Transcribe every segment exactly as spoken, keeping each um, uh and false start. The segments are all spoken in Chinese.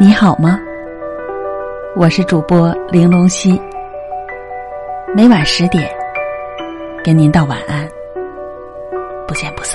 你好吗？我是主播玲珑溪，每晚十点跟您道晚安，不见不散。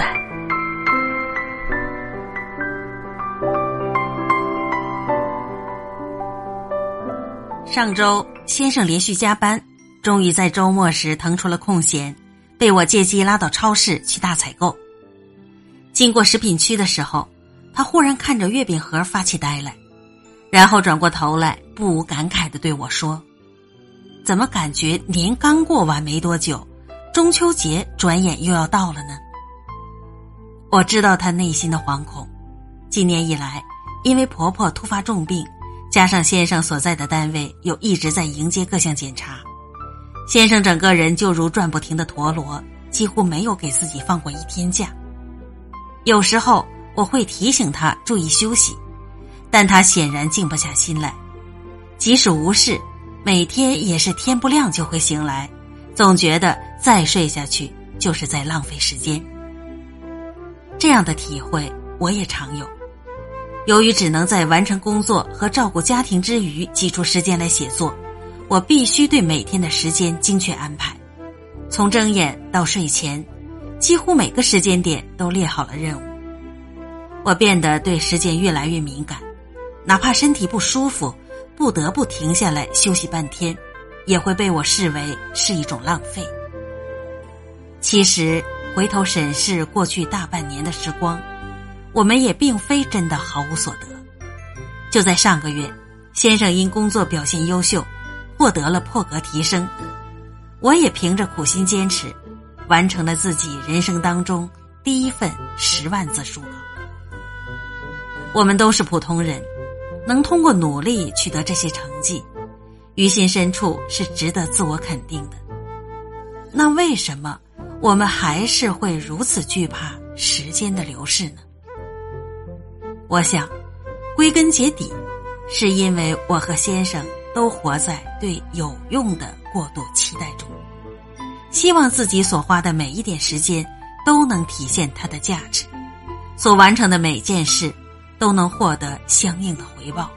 上周先生连续加班，终于在周末时腾出了空闲，被我借机拉到超市去大采购。经过食品区的时候，他忽然看着月饼盒发起呆来，然后转过头来不无感慨地对我说，怎么感觉年刚过完没多久，中秋节转眼又要到了呢？我知道他内心的惶恐，今年以来因为婆婆突发重病，加上先生所在的单位又一直在迎接各项检查，先生整个人就如转不停的陀螺，几乎没有给自己放过一天假。有时候我会提醒他注意休息，但他显然静不下心来，即使无事，每天也是天不亮就会醒来，总觉得再睡下去就是在浪费时间。这样的体会我也常有，由于只能在完成工作和照顾家庭之余挤出时间来写作，我必须对每天的时间精确安排，从睁眼到睡前，几乎每个时间点都列好了任务。我变得对时间越来越敏感，哪怕身体不舒服，不得不停下来休息半天，也会被我视为是一种浪费。其实回头审视过去大半年的时光，我们也并非真的毫无所得。就在上个月，先生因工作表现优秀，获得了破格提升，我也凭着苦心坚持，完成了自己人生当中第一份十万字书稿。我们都是普通人，能通过努力取得这些成绩，于心深处是值得自我肯定的。那为什么我们还是会如此惧怕时间的流逝呢？我想，归根结底，是因为我和先生都活在对有用的过度期待中，希望自己所花的每一点时间都能体现它的价值，所完成的每件事都能获得相应的回报。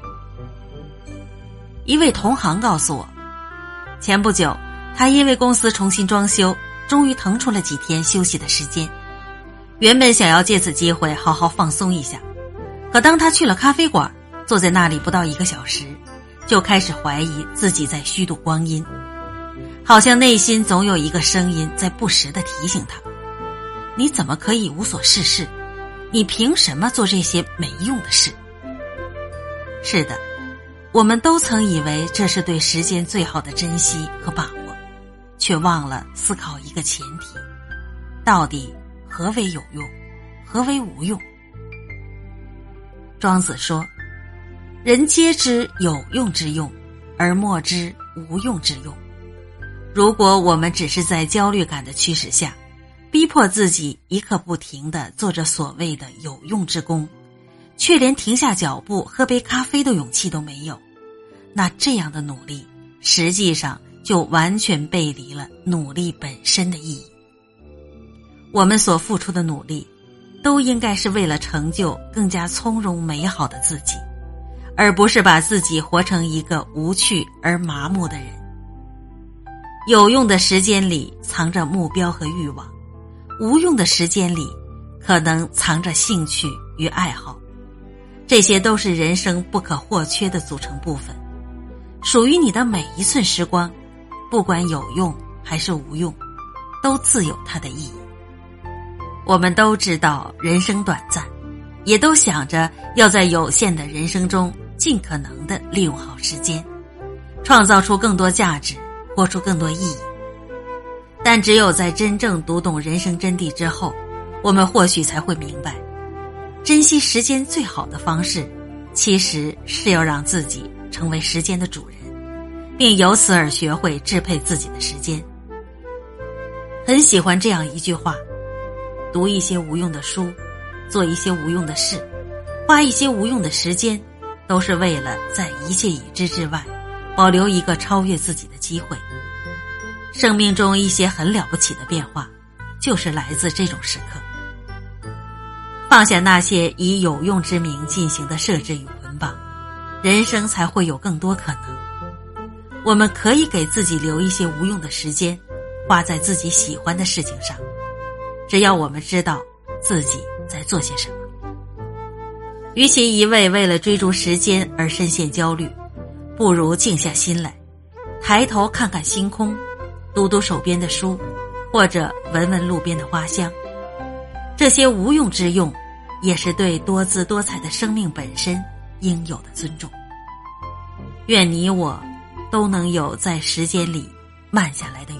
一位同行告诉我，前不久他因为公司重新装修，终于腾出了几天休息的时间，原本想要借此机会好好放松一下，可当他去了咖啡馆，坐在那里不到一个小时，就开始怀疑自己在虚度光阴，好像内心总有一个声音在不时地提醒他，你怎么可以无所事事？你凭什么做这些没用的事？是的，我们都曾以为这是对时间最好的珍惜和把握，却忘了思考一个前提，到底何为有用，何为无用？庄子说，人皆知有用之用，而莫知无用之用。如果我们只是在焦虑感的驱使下，逼迫自己一刻不停地做着所谓的有用之功，却连停下脚步喝杯咖啡的勇气都没有，那这样的努力实际上就完全背离了努力本身的意义。我们所付出的努力都应该是为了成就更加从容美好的自己，而不是把自己活成一个无趣而麻木的人。有用的时间里藏着目标和欲望，无用的时间里可能藏着兴趣与爱好，这些都是人生不可或缺的组成部分。属于你的每一寸时光，不管有用还是无用，都自有它的意义。我们都知道人生短暂，也都想着要在有限的人生中尽可能地利用好时间，创造出更多价值，活出更多意义。但只有在真正读懂人生真谛之后，我们或许才会明白，珍惜时间最好的方式，其实是要让自己成为时间的主人，并由此而学会支配自己的时间。很喜欢这样一句话，读一些无用的书，做一些无用的事，花一些无用的时间，都是为了在一切已知之外，保留一个超越自己的机会。生命中一些很了不起的变化，就是来自这种时刻。放下那些以有用之名进行的设置与捆绑， 人生才会有更多可能。我们可以给自己留一些无用的时间，花在自己喜欢的事情上，只要我们知道自己在做些什么。与其一味为了追逐时间而深陷焦虑，不如静下心来，抬头看看星空，读读手边的书，或者闻闻路边的花香。这些无用之用，也是对多姿多彩的生命本身应有的尊重。愿你我都能有在时间里慢下来的